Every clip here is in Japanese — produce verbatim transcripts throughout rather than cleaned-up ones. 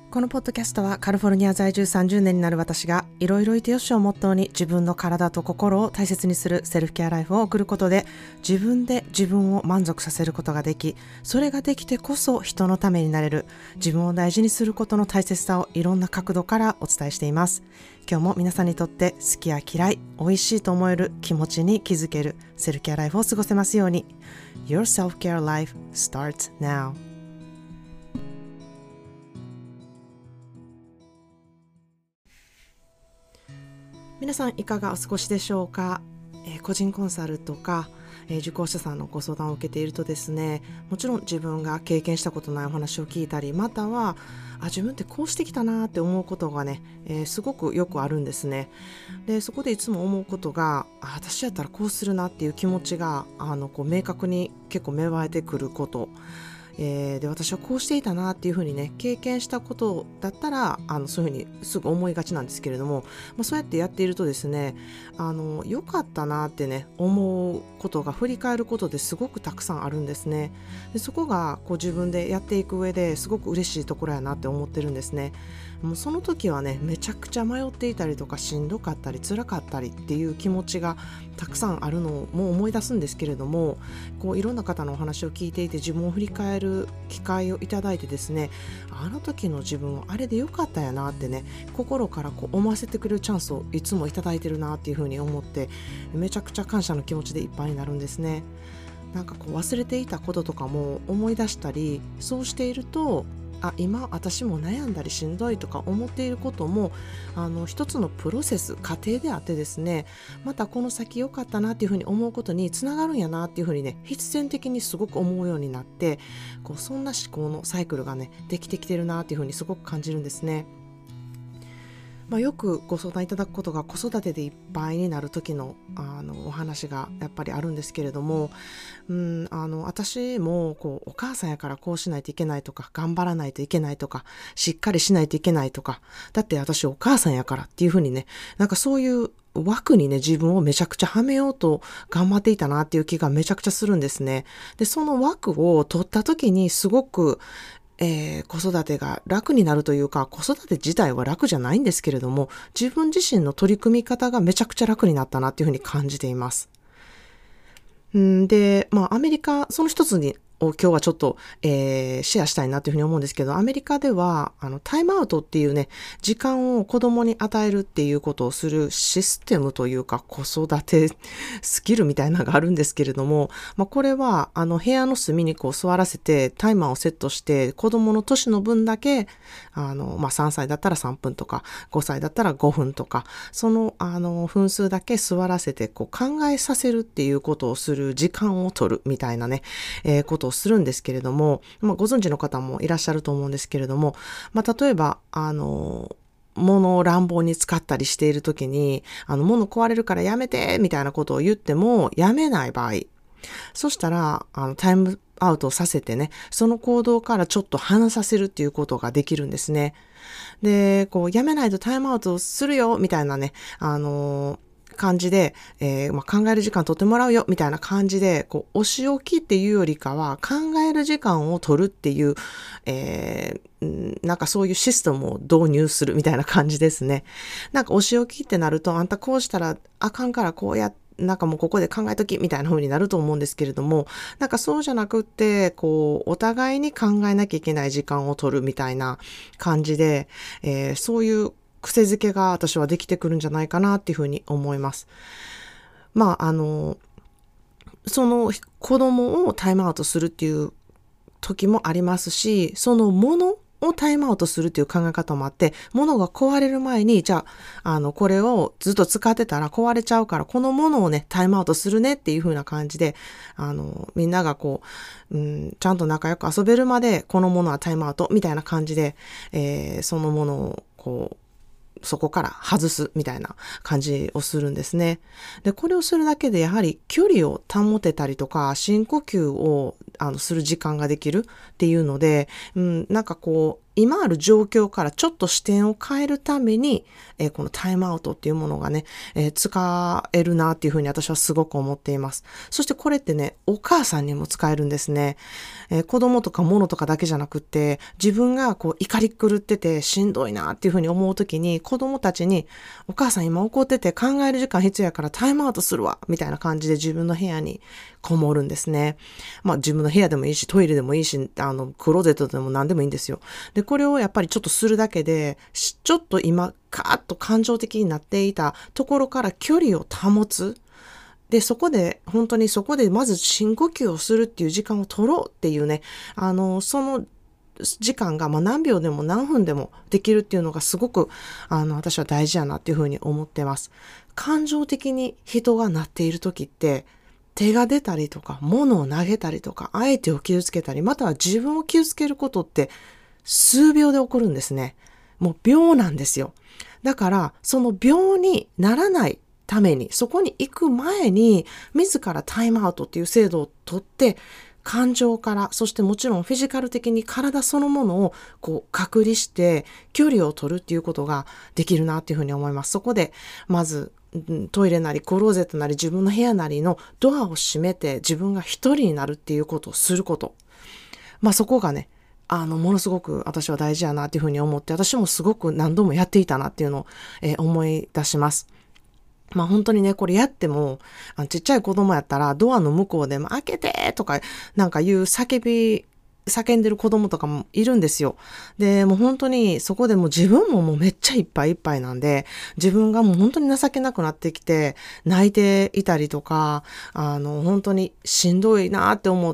このポッドキャストはカリフォルニア在住さんじゅうねんになる私がいろいろいてよしをモットーに自分の体と心を大切にするセルフケアライフを送ることで自分で自分を満足させることができ、それができてこそ人のためになれる、自分を大事にすることの大切さをいろんな角度からお伝えしています。今日も皆さんにとって好きや嫌い、美味しいと思える気持ちに気づけるセルフケアライフを過ごせますように。 Your self-care life starts now。皆さんいかがお過ごしでしょうか。えー、個人コンサルとか、えー、受講者さんのご相談を受けているとですね、もちろん自分が経験したことないお話を聞いたり、またはあ自分ってこうしてきたなって思うことがね、えー、すごくよくあるんですね。でそこでいつも思うことが、あ私やったらこうするなっていう気持ちがあのこう明確に結構芽生えてくること、えー、で私はこうしていたなっていうふうにね経験したことだったらあのそういうふうにすぐ思いがちなんですけれども、まあ、そうやってやっているとですね、あの良かったなってね思うことが振り返ることですごくたくさんあるんですね。でそこがこう自分でやっていく上ですごく嬉しいところやなって思ってるんですね。もうその時はねめちゃくちゃ迷っていたりとかしんどかったり辛かったりっていう気持ちがたくさんあるのをもう思い出すんですけれども、こういろんな方のお話を聞いていて自分を振り返る機会をいただいてですね、あの時の自分はあれでよかったやなってね心からこう思わせてくれるチャンスをいつもいただいてるなっていうふうに思って、めちゃくちゃ感謝の気持ちでいっぱいになるんですね。なんかこう忘れていたこととかも思い出したり、そうしているとあ今私も悩んだりしんどいとか思っていることもあの一つのプロセス過程であってですね、またこの先良かったなっていうふうに思うことにつながるんやなっていうふうにね必然的にすごく思うようになって、こうそんな思考のサイクルがねできてきてるなっていうふうにすごく感じるんですね。まあ、よくご相談いただくことが子育てでいっぱいになる時の、あのお話がやっぱりあるんですけれども、うん、あの私もこうお母さんやからこうしないといけないとか頑張らないといけないとかしっかりしないといけないとか、だって私お母さんやからっていうふうにね、なんかそういう枠にね自分をめちゃくちゃはめようと頑張っていたなっていう気がめちゃくちゃするんですね。でその枠を取った時にすごくえー、子育てが楽になるというか、子育て自体は楽じゃないんですけれども、自分自身の取り組み方がめちゃくちゃ楽になったなっていうふうに感じています。んで、まあアメリカ、その一つにを今日はちょっと、えー、シェアしたいなというふうに思うんですけど、アメリカではあのタイムアウトっていうね時間を子供に与えるっていうことをするシステムというか子育てスキルみたいなのがあるんですけれども、まあ、これはあの部屋の隅にこう座らせてタイマーをセットして子供の年の分だけあの、まあ、さんさいだったらさんぷんとかごさいだったらごふんとかそのあの分数だけ座らせてこう考えさせるっていうことをする時間を取るみたいなね、えー、ことをするんですけれども、まあ、ご存知の方もいらっしゃると思うんですけれども、まあ、例えばあの物を乱暴に使ったりしているときに、あの物壊れるからやめてみたいなことを言ってもやめない場合、そしたらあのタイムアウトをさせてね、その行動からちょっと離させるっていうことができるんですね。で、こうやめないとタイムアウトするよみたいなね、あの感じで、えーまあ、考える時間取ってもらうよみたいな感じでこうお仕置きっていうよりかは考える時間を取るっていう、えー、なんかそういうシステムを導入するみたいな感じですね。なんかお仕置きってなるとあんたこうしたらあかんからこうやってなんかもうここで考えときみたいな風になると思うんですけれども、なんかそうじゃなくって、こう、お互いに考えなきゃいけない時間を取るみたいな感じで、えー、そういう癖づけが私はできてくるんじゃないかなっていう風に思います。まあ、あの、その子供をタイムアウトするっていう時もありますし、そのものをタイムアウトするっていう考え方もあって、物が壊れる前に、じゃあ、あの、これをずっと使ってたら壊れちゃうから、このものをね、タイムアウトするねっていう風な感じで、あの、みんながこう、うん、ちゃんと仲良く遊べるまで、このものはタイムアウトみたいな感じで、えー、そのものをこう、そこから外すみたいな感じをするんですね。で、これをするだけでやはり距離を保てたりとか、深呼吸をあのする時間ができるっていうので、うん、なんかこ今ある状況からちょっと視点を変えるために、えー、このタイムアウトっていうものがね、えー、使えるなっていうふうに私はすごく思っています。そしてこれってね、お母さんにも使えるんですね。えー、子供とか物とかだけじゃなくて、自分がこう怒り狂っててしんどいなっていうふうに思うときに、子供たちに、お母さん今怒ってて考える時間必要やからタイムアウトするわみたいな感じで自分の部屋にこもるんですね。まあ自分の部屋でもいいし、トイレでもいいし、あの、クローゼットでも何でもいいんですよ。で、これをやっぱりちょっとするだけで、ちょっと今、カーッと感情的になっていたところから距離を保つ。で、そこで、本当にそこでまず深呼吸をするっていう時間を取ろうっていうね、あの、その時間が、まあ何秒でも何分でもできるっていうのがすごく、あの、私は大事やなっていうふうに思ってます。感情的に人がなっている時って、手が出たりとか、物を投げたりとか、相手を傷つけたり、または自分を傷つけることって数秒で起こるんですね。もう秒なんですよ。だから、その秒にならないために、そこに行く前に、自らタイムアウトっていう制度をとって、感情から、そしてもちろんフィジカル的に体そのものをこう隔離して距離を取るっていうことができるなっていうふうに思います。そこで、まず、トイレなりクローゼットなり自分の部屋なりのドアを閉めて自分が一人になるっていうことをすること。まあそこがね、あの、ものすごく私は大事やなっていうふうに思って、私もすごく何度もやっていたなっていうのを、えー、思い出します。まあ本当にね、これやっても、あちっちゃい子供やったらドアの向こうでも開けてとかなんか言う叫び、叫んでる子供とかもいるんですよ。で、もう本当にそこでもう自分ももうめっちゃいっぱいいっぱいなんで、自分がもう本当に情けなくなってきて、泣いていたりとか、あの、本当にしんどいなって思って、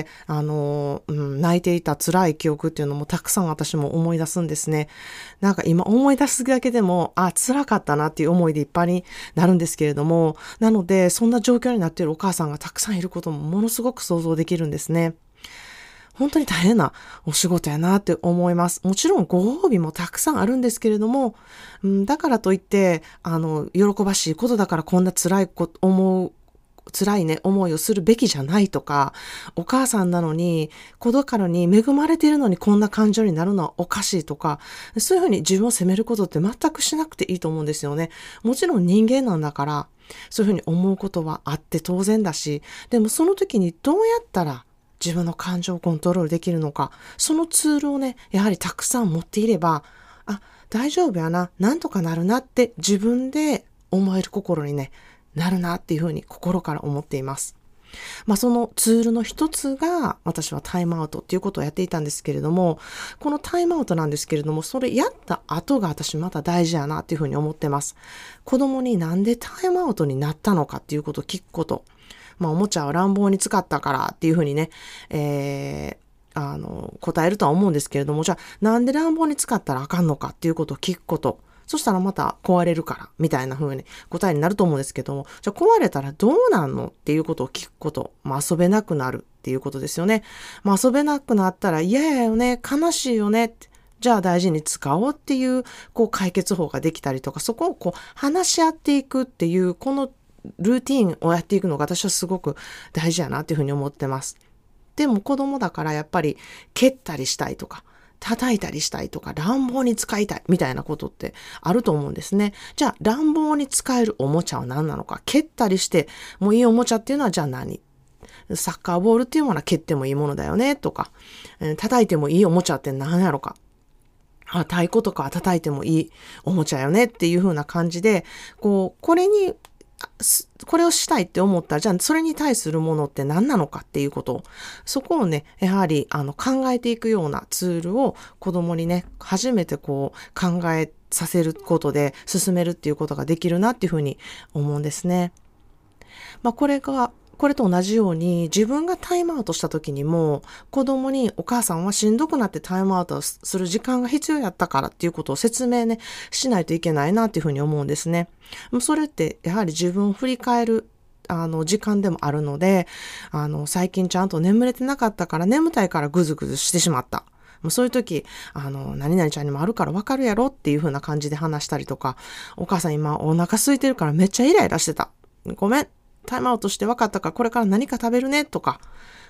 あの、うん、泣いていた辛い記憶っていうのもたくさん私も思い出すんですね。なんか今思い出すだけでも、あ、辛かったなっていう思いでいっぱいになるんですけれども、なので、そんな状況になっているお母さんがたくさんいることもものすごく想像できるんですね。本当に大変なお仕事やなって思います。もちろんご褒美もたくさんあるんですけれども、うん、だからといって、あの、喜ばしいことだからこんな辛いこと、思う、辛いね、思いをするべきじゃないとか、お母さんなのに、子宝に恵まれているのにこんな感情になるのはおかしいとか、そういうふうに自分を責めることって全くしなくていいと思うんですよね。もちろん人間なんだから、そういうふうに思うことはあって当然だし、でもその時にどうやったら自分の感情をコントロールできるのか、そのツールをね、やはりたくさん持っていれば、あ、大丈夫やな、なんとかなるなって自分で思える心にね、なるなっていうふうに心から思っています。まあそのツールの一つが私はタイムアウトっていうことをやっていたんですけれども、このタイムアウトなんですけれども、それやった後が私また大事やなっていうふうに思ってます。子供になんでタイムアウトになったのかっていうことを聞くこと。まあおもちゃを乱暴に使ったからっていうふうにね、えー、あの、答えるとは思うんですけれども、じゃあなんで乱暴に使ったらあかんのかっていうことを聞くこと。そしたらまた壊れるから、みたいな風に答えになると思うんですけども、じゃあ壊れたらどうなんのっていうことを聞くこと。まあ遊べなくなるっていうことですよね。まあ遊べなくなったら嫌やよね、悲しいよねって。じゃあ大事に使おうっていう、こう解決法ができたりとか、そこをこう話し合っていくっていう、このルーティーンをやっていくのが私はすごく大事やなっていうふうに思ってます。でも子供だからやっぱり蹴ったりしたいとか、叩いたりしたいとか、乱暴に使いたいみたいなことってあると思うんですね。じゃあ乱暴に使えるおもちゃは何なのか、蹴ったりしてもういいおもちゃっていうのはじゃあ何？サッカーボールっていうものは蹴ってもいいものだよねとか、叩いてもいいおもちゃって何やろか。あ、太鼓とかは叩いてもいいおもちゃよねっていう風な感じで、こう、これにこれをしたいって思ったら、じゃあそれに対するものって何なのかっていうことを、そこをね、やはりあの考えていくようなツールを子供にね、初めてこう考えさせることで進めるっていうことができるなっていうふうに思うんですね。まあこれが、これと同じように自分がタイムアウトした時にも子供にお母さんはしんどくなってタイムアウトする時間が必要やったからっていうことを説明ねしないといけないなっていうふうに思うんですね。それってやはり自分を振り返るあの時間でもあるので、あの最近ちゃんと眠れてなかったから眠たいからぐずぐずしてしまった。もうそういう時、あの、何々ちゃんにもあるからわかるやろっていう風な感じで話したりとか、お母さん今お腹空いてるからめっちゃイライラしてた。ごめん。タイムアウトして分かったからこれから何か食べるねとか、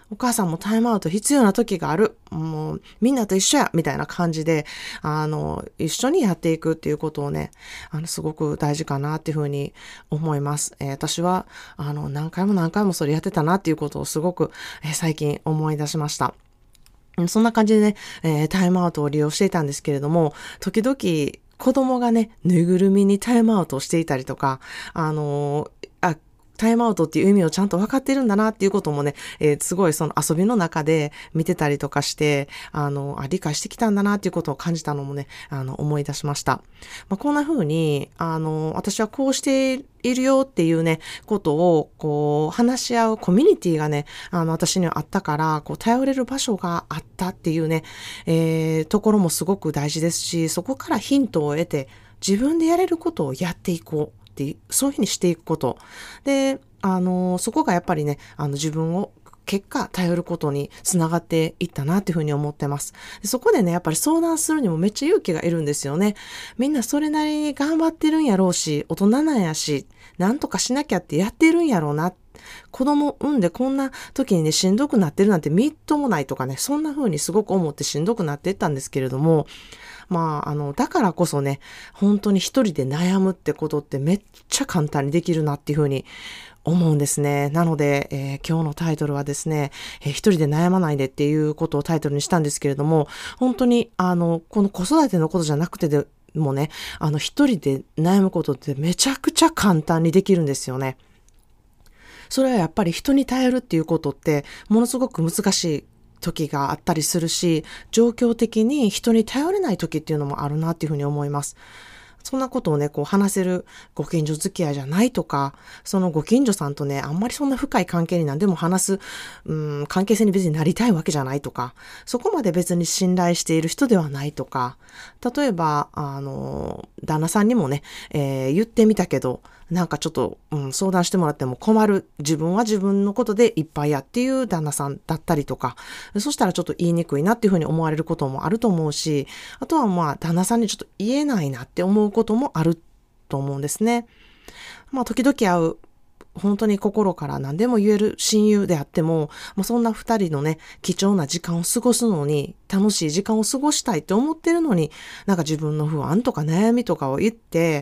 お母さんもタイムアウト必要な時がある。もうみんなと一緒やみたいな感じで、あの、一緒にやっていくっていうことをね、あの、すごく大事かなっていうふうに思います。えー私は、あの、何回も何回もそれやってたなっていうことをすごく、えー最近思い出しました。うんそんな感じでね、えータイムアウトを利用していたんですけれども、時々子供がね、ぬいぐるみにタイムアウトをしていたりとか、あのーあ、タイムアウトっていう意味をちゃんと分かってるんだなっていうこともね、えーすごいその遊びの中で見てたりとかして、あの、あ、理解してきたんだなっていうことを感じたのもね、あの、思い出しました。まあ、こんな風に、あの、私はこうしているよっていうね、ことを、こう、話し合うコミュニティがね、あの、私にはあったから、こう、頼れる場所があったっていうね、えーところもすごく大事ですし、そこからヒントを得て、自分でやれることをやっていこうっていう、そういうふうにしていくこと。で、あの、そこがやっぱりね、あの、自分を結果頼ることにつながっていったなっていうふうに思ってます。でそこでね、やっぱり相談するにもめっちゃ勇気がいるんですよね。みんなそれなりに頑張ってるんやろうし、大人なんやし、なんとかしなきゃってやってるんやろうな。子供産んでこんな時にね、しんどくなってるなんてみっともないとかね、そんな風にすごく思ってしんどくなっていったんですけれども、まあ、あの、だからこそね、本当に一人で悩むってことってめっちゃ簡単にできるなっていう風に思うんですね。なので、えー今日のタイトルはですね、えー一人で悩まないでっていうことをタイトルにしたんですけれども、本当に、あの、この子育てのことじゃなくてでもね、あの、一人で悩むことってめちゃくちゃ簡単にできるんですよね。それはやっぱり人に頼るっていうことってものすごく難しい時があったりするし、状況的に人に頼れない時っていうのもあるなっていうふうに思います。そんなことをね、こう話せるご近所付き合いじゃないとか、そのご近所さんとね、あんまりそんな深い関係に何でも話す、うん、関係性に別になりたいわけじゃないとか、そこまで別に信頼している人ではないとか、例えば、あの、旦那さんにもね、えー言ってみたけど、なんかちょっと、うん、相談してもらっても困る。自分は自分のことでいっぱいやっていう旦那さんだったりとか、そしたらちょっと言いにくいなっていうふうに思われることもあると思うし、あとはまあ旦那さんにちょっと言えないなって思うこともあると思うんですね。まあ時々会う本当に心から何でも言える親友であっても、まあ、そんな二人のね、貴重な時間を過ごすのに、楽しい時間を過ごしたいって思ってるのに、なんか自分の不安とか悩みとかを言って、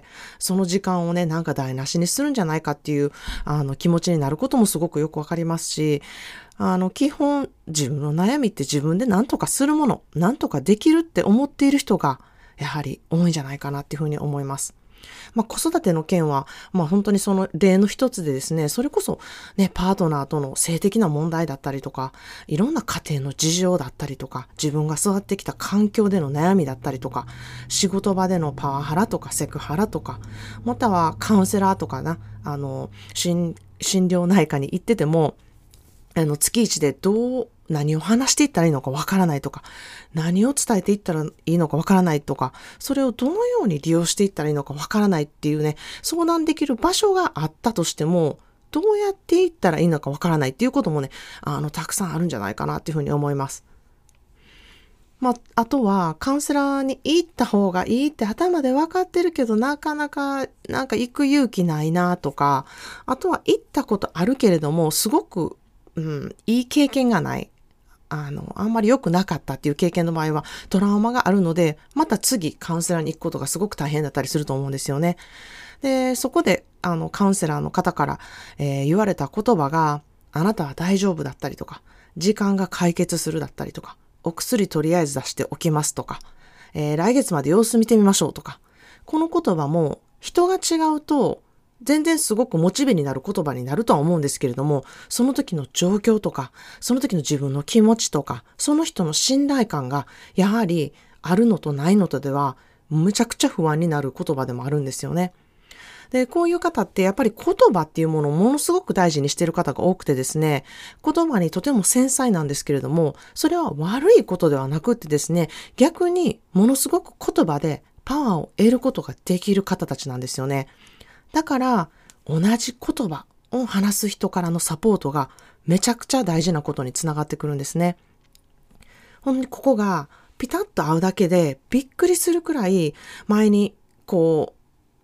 その時間をね、なんか台無しにするんじゃないかっていう、あの、気持ちになることもすごくよくわかりますし、あの、基本、自分の悩みって自分で何とかするもの、何とかできるって思っている人が、やはり多いんじゃないかなっていうふうに思います。まあ、子育ての件は、まあ、本当にその例の一つでですね、それこそね、パートナーとの性的な問題だったりとか、いろんな家庭の事情だったりとか、自分が育ってきた環境での悩みだったりとか、仕事場でのパワハラとかセクハラとか、またはカウンセラーとかな、あの、診、診療内科に行ってても、あの、月一でどう、何を話していったらいいのかわからないとか、何を伝えていったらいいのかわからないとか、それをどのように利用していったらいいのかわからないっていうね、相談できる場所があったとしても、どうやっていったらいいのかわからないっていうこともね、あの、たくさんあるんじゃないかなっていうふうに思います。まあ、あとは、カウンセラーに行った方がいいって頭で分かってるけど、なかなか、なんか行く勇気ないなとか、あとは行ったことあるけれども、すごく、うん、いい経験がない。あの、あんまり良くなかったっていう経験の場合は、トラウマがあるので、また次カウンセラーに行くことがすごく大変だったりすると思うんですよね。で、そこで、あの、カウンセラーの方から、えー言われた言葉が、あなたは大丈夫だったりとか、時間が解決するだったりとか、お薬とりあえず出しておきますとか、えー来月まで様子見てみましょうとか、この言葉も人が違うと、全然すごくモチベになる言葉になるとは思うんですけれども、その時の状況とか、その時の自分の気持ちとか、その人の信頼感がやはりあるのとないのとでは、むちゃくちゃ不安になる言葉でもあるんですよね。で、こういう方ってやっぱり言葉っていうものをものすごく大事にしている方が多くてですね、言葉にとても繊細なんですけれども、それは悪いことではなくってですね、逆にものすごく言葉でパワーを得ることができる方たちなんですよね。だから、同じ言葉を話す人からのサポートがめちゃくちゃ大事なことにつながってくるんですね。ほんにここがピタッと合うだけでびっくりするくらい前にこう、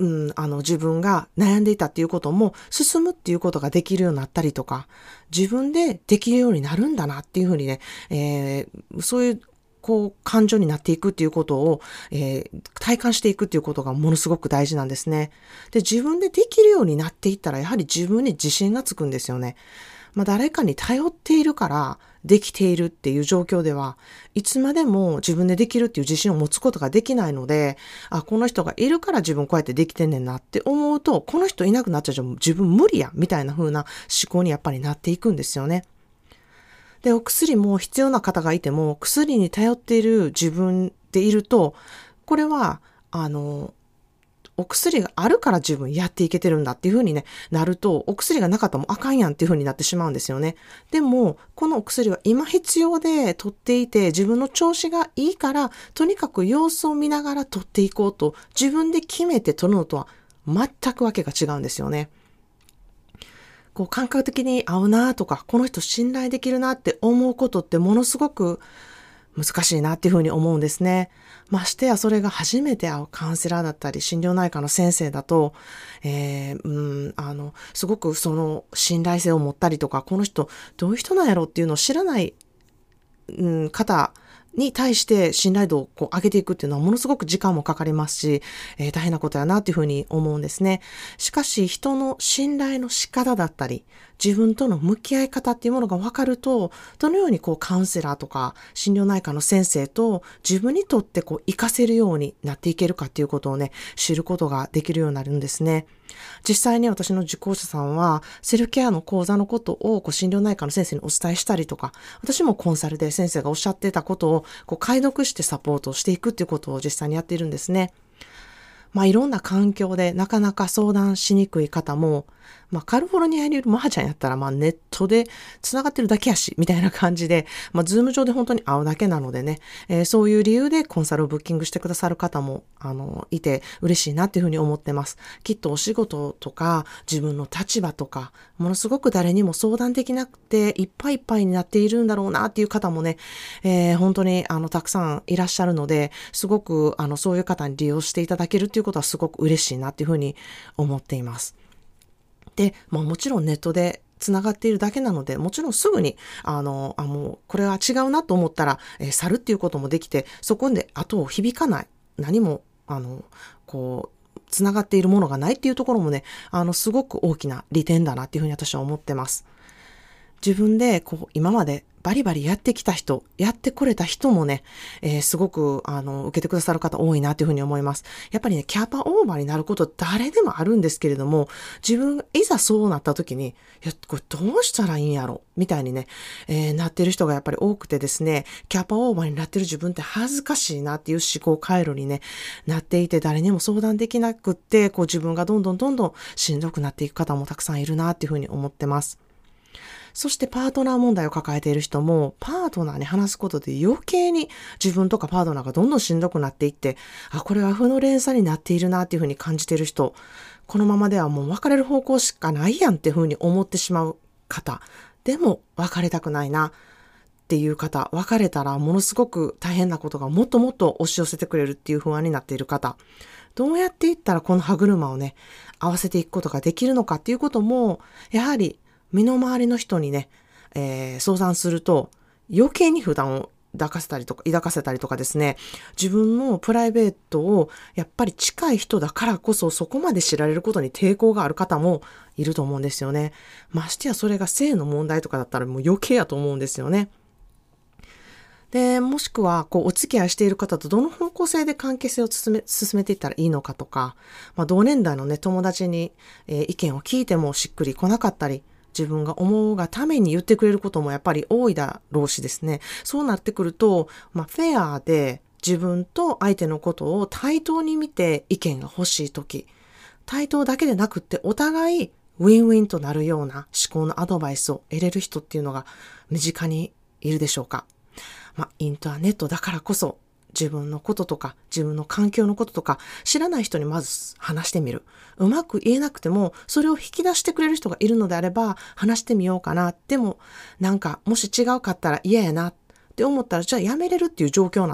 うん、あの自分が悩んでいたっていうことも進むっていうことができるようになったりとか、自分でできるようになるんだなっていうふうにね、えー、そういうこう感情になっていくっていうことを、えー、体感していくっていうことがものすごく大事なんですね。で、自分でできるようになっていったらやはり自分に自信がつくんですよね。まあ、誰かに頼っているからできているっていう状況ではいつまでも自分でできるっていう自信を持つことができないので、あ、この人がいるから自分こうやってできてんねんなって思うと、この人いなくなっちゃうじゃん、自分無理やみたいな風な思考にやっぱりなっていくんですよね。で、お薬も必要な方がいても薬に頼っている自分でいると、これはあのお薬があるから自分やっていけてるんだっていう風にね、なると、お薬がなかったらもうあかんやんっていう風になってしまうんですよね。でも、このお薬は今必要で取っていて、自分の調子がいいから、とにかく様子を見ながら取っていこうと、自分で決めて取るのとは全くわけが違うんですよね。こう感覚的に合うなとか、この人信頼できるなって思うことってものすごく難しいなっていうふうに思うんですね。ましてやそれが初めて会うカウンセラーだったり心療内科の先生だと、えー、うん、あの、すごくその信頼性を持ったりとか、この人どういう人なんやろっていうのを知らない、うん、方に対して信頼度をこう上げていくっていうのはものすごく時間もかかりますし、えー、大変なことやなっていうふうに思うんですね。しかし人の信頼の仕方だったり、自分との向き合い方っていうものが分かると、どのようにこうカウンセラーとか心療内科の先生と自分にとってこう活かせるようになっていけるかっていうことをね、知ることができるようになるんですね。実際に私の受講者さんはセルフケアの講座のことをこう心療内科の先生にお伝えしたりとか、私もコンサルで先生がおっしゃっていたことをこう解読してサポートをしていくっていうことを実際にやっているんですね。まあいろんな環境でなかなか相談しにくい方も、まあカリフォルニアにいるマーちゃんやったらまあネットで繋がってるだけやし、みたいな感じで、まあズーム上で本当に会うだけなのでね、えー、そういう理由でコンサルをブッキングしてくださる方も、あの、いて嬉しいなっていうふうに思ってます。きっとお仕事とか自分の立場とか、ものすごく誰にも相談できなくていっぱいいっぱいになっているんだろうなっていう方もね、えー、本当にあのたくさんいらっしゃるので、すごくあのそういう方に利用していただけるっていうことはすごく嬉しいなっていうふうに思っています。で、まあもちろんネットでつながっているだけなので、もちろんすぐに、あの、あ、もうこれは違うなと思ったら、えー、去るっていうこともできて、そこで後を響かない。何も、あの、こう、つながっているものがないっていうところもね、あの、すごく大きな利点だなっていうふうに私は思ってます。自分で、こう、今までバリバリやってきた人、やってこれた人もね、えー、すごく、あの、受けてくださる方多いなというふうに思います。やっぱりね、キャパオーバーになること誰でもあるんですけれども、自分がいざそうなった時に、いや、これどうしたらいいんやろみたいにね、えー、なってる人がやっぱり多くてですね、キャパオーバーになってる自分って恥ずかしいなっていう思考回路にね、なっていて、誰にも相談できなくって、こう自分がどんどんどんどんしんどくなっていく方もたくさんいるなっていうふうに思ってます。そしてパートナー問題を抱えている人も、パートナーに話すことで余計に自分とかパートナーがどんどんしんどくなっていって、あ、これは負の連鎖になっているなっていうふうに感じている人、このままではもう別れる方向しかないやんっていうふうに思ってしまう方、でも別れたくないなっていう方、別れたらものすごく大変なことがもっともっと押し寄せてくれるっていう不安になっている方、どうやっていったらこの歯車をね、合わせていくことができるのかっていうことも、やはり身の回りの人にね、えー、相談すると余計に負担を抱かせたりとか、抱かせたりとかですね、自分のプライベートをやっぱり近い人だからこそそこまで知られることに抵抗がある方もいると思うんですよね。ましてやそれが性の問題とかだったらもう余計やと思うんですよね。で、もしくは、こう、お付き合いしている方とどの方向性で関係性を進め、進めていったらいいのかとか、まあ、同年代のね、友達に、えー、意見を聞いてもしっくりこなかったり、自分が思うがために言ってくれることもやっぱり多いだろうしですね。そうなってくると、まあ、フェアで自分と相手のことを対等に見て意見が欲しいとき、対等だけでなくってお互いウィンウィンとなるような思考のアドバイスを得れる人っていうのが身近にいるでしょうか。まあ、インターネットだからこそ自分のこととか自分の環境のこととか知らない人にまず話してみる。うまく言えなくてもそれを引き出してくれる人がいるのであれば話してみようかな。でもなんかもし違うかったら嫌やなって思ったらじゃあやめれるっていう状況な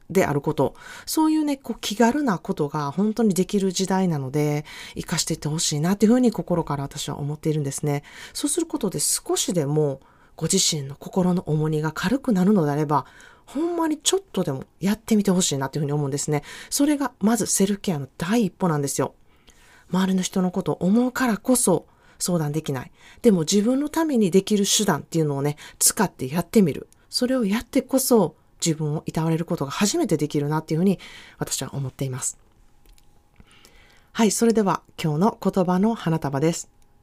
であること、そういうね、こう気軽なことが本当にできる時代なので、活かしていってほしいなっていうふうに心から私は思っているんですね。そうすることで少しでもご自身の心の重荷が軽くなるのであれば、ほんまにちょっとでもやってみてほしいなっていうふうに思うんですね。それがまずセルフケアの第一歩なんですよ。周りの人のことを思うからこそ相談できない。でも自分のためにできる手段っていうのをね、使ってやってみる。それをやってこそ自分をいたわれることが初めてできるなっていうふうに私は思っています。はい、それでは今日の言葉の花束です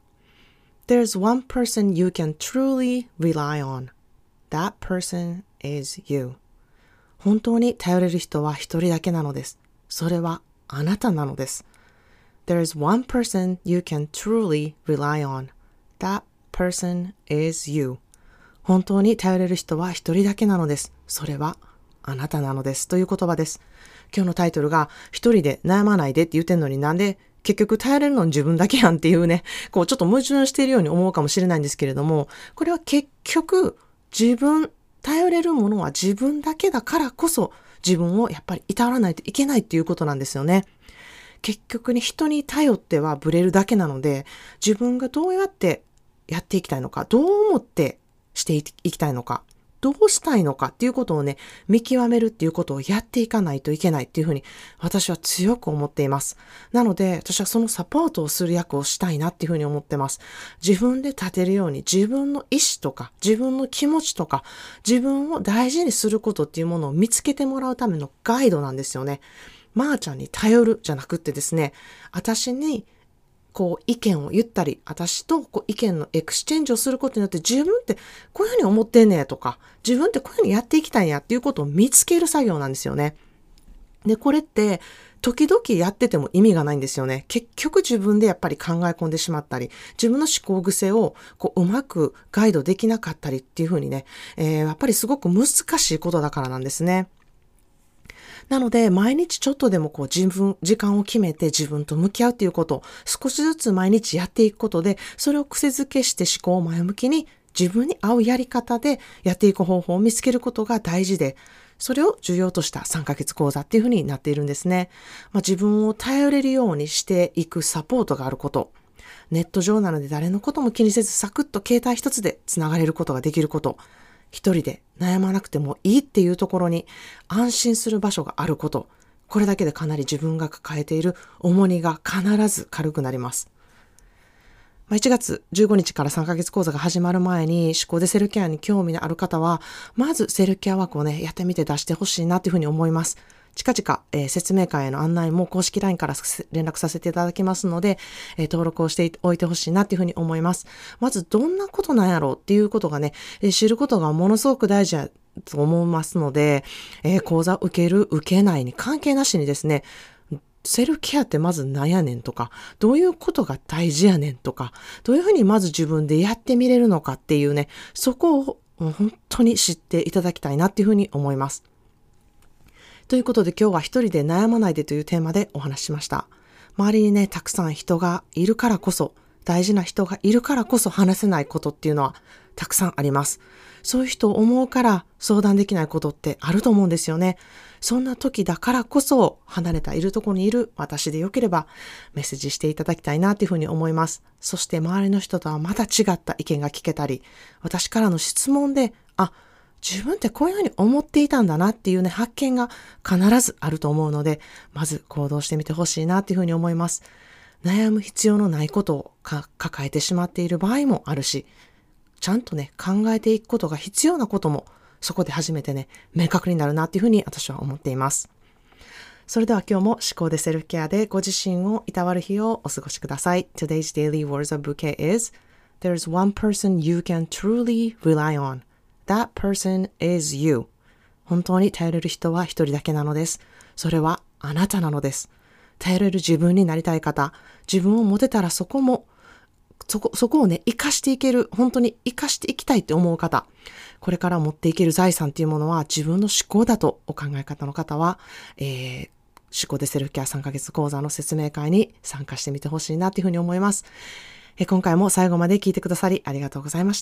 。There's one person you can truly rely on. That person is you. 本当に頼れる人は一人だけなのです。それはあなたなのです。There's one person you can truly rely on. That person is you. 本当に頼れる人は一人だけなのです。それはあなたなのです。という言葉です。今日のタイトルが一人で悩まないでって言ってんのになんで結局頼れるのに自分だけやんっていうね、こうちょっと矛盾しているように思うかもしれないんですけれども、これは結局自分、頼れるものは自分だけだからこそ自分をやっぱりいたわらないといけないっていうことなんですよね。結局に人に頼ってはブレるだけなので、自分がどうやってやっていきたいのか、どう思ってしていきたいのか、どうしたいのかっていうことをね、見極めるっていうことをやっていかないといけないっていうふうに私は強く思っています。なので、私はそのサポートをする役をしたいなっていうふうに思ってます。自分で立てるように自分の意思とか、自分の気持ちとか、自分を大事にすることっていうものを見つけてもらうためのガイドなんですよね。まーちゃんに頼るじゃなくってですね、私にこう意見を言ったり、私とこう意見のエクスチェンジをすることによって自分ってこういうふうに思ってんねとか、自分ってこういうふうにやっていきたいんやっていうことを見つける作業なんですよね。で、これって時々やってても意味がないんですよね。結局自分でやっぱり考え込んでしまったり、自分の思考癖をこううまくガイドできなかったりっていうふうにね、えー、やっぱりすごく難しいことだからなんですね。なので、毎日ちょっとでもこう自分、時間を決めて自分と向き合うっていうことを少しずつ毎日やっていくことで、それを癖づけして思考を前向きに自分に合うやり方でやっていく方法を見つけることが大事で、それを重要としたさんかげつ講座っていうふうになっているんですね。まあ、自分を頼れるようにしていくサポートがあること。ネット上なので誰のことも気にせずサクッと携帯一つでつながれることができること。一人で悩まなくてもいいっていうところに安心する場所があること。これだけでかなり自分が抱えている重荷が必ず軽くなります。いちがつじゅうごにちからさんかげつ講座が始まる前に思考でセルフケアに興味のある方は、まずセルフケア枠をね、やってみて出してほしいなというふうに思います。近々、えー、説明会への案内も公式 ライン から連絡させていただきますので、えー、登録をしておいてほしいなというふうに思います。まずどんなことなんやろうっていうことがね、えー、知ることがものすごく大事だと思いますので、えー、講座受ける受けないに関係なしにですね、セルフケアってまず何やねんとか、どういうことが大事やねんとか、どういうふうにまず自分でやってみれるのかっていうね、そこを本当に知っていただきたいなっていうふうに思います。ということで今日は一人で悩まないでというテーマでお話ししました。周りにね、たくさん人がいるからこそ、大事な人がいるからこそ話せないことっていうのはたくさんあります。そういう人を思うから相談できないことってあると思うんですよね。そんな時だからこそ離れたいるところにいる私でよければメッセージしていただきたいなというふうに思います。そして周りの人とはまた違った意見が聞けたり、私からの質問で、あ、自分ってこういうふうに思っていたんだなっていうね、発見が必ずあると思うので、まず行動してみてほしいなというふうに思います。悩む必要のないことをか抱えてしまっている場合もあるし、ちゃんとね、考えていくことが必要なことも、そこで初めてね、明確になるなっていうふうに私は思っています。それでは今日も思考でセルフケアでご自身をいたわる日をお過ごしください。Today's daily words of bouquet is, There's one person you can truly rely on.That person is you. 本当に頼れる人は一人だけなのです。それはあなたなのです。頼れる自分になりたい方、自分を持てたらそこも、そこ、そこをね、生かしていける、本当に生かしていきたいって思う方、これから持っていける財産っていうものは自分の思考だとお考え方の方は、えー、思考でセルフケアさんかげつ講座の説明会に参加してみてほしいなというふうに思います。えー、今回も最後まで聞いてくださりありがとうございました。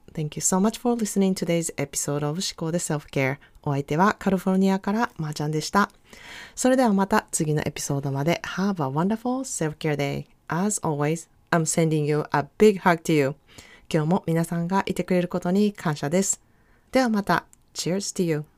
Thank you so much for listening to today's episode of 思考で Self-Care。お相手はカリフォルニアからまーちゃんでした。それではまた次のエピソードまで Have a wonderful self-care day. As always, I'm sending you a big hug to you. 今日も皆さんがいてくれることに感謝です。ではまた。Cheers to you.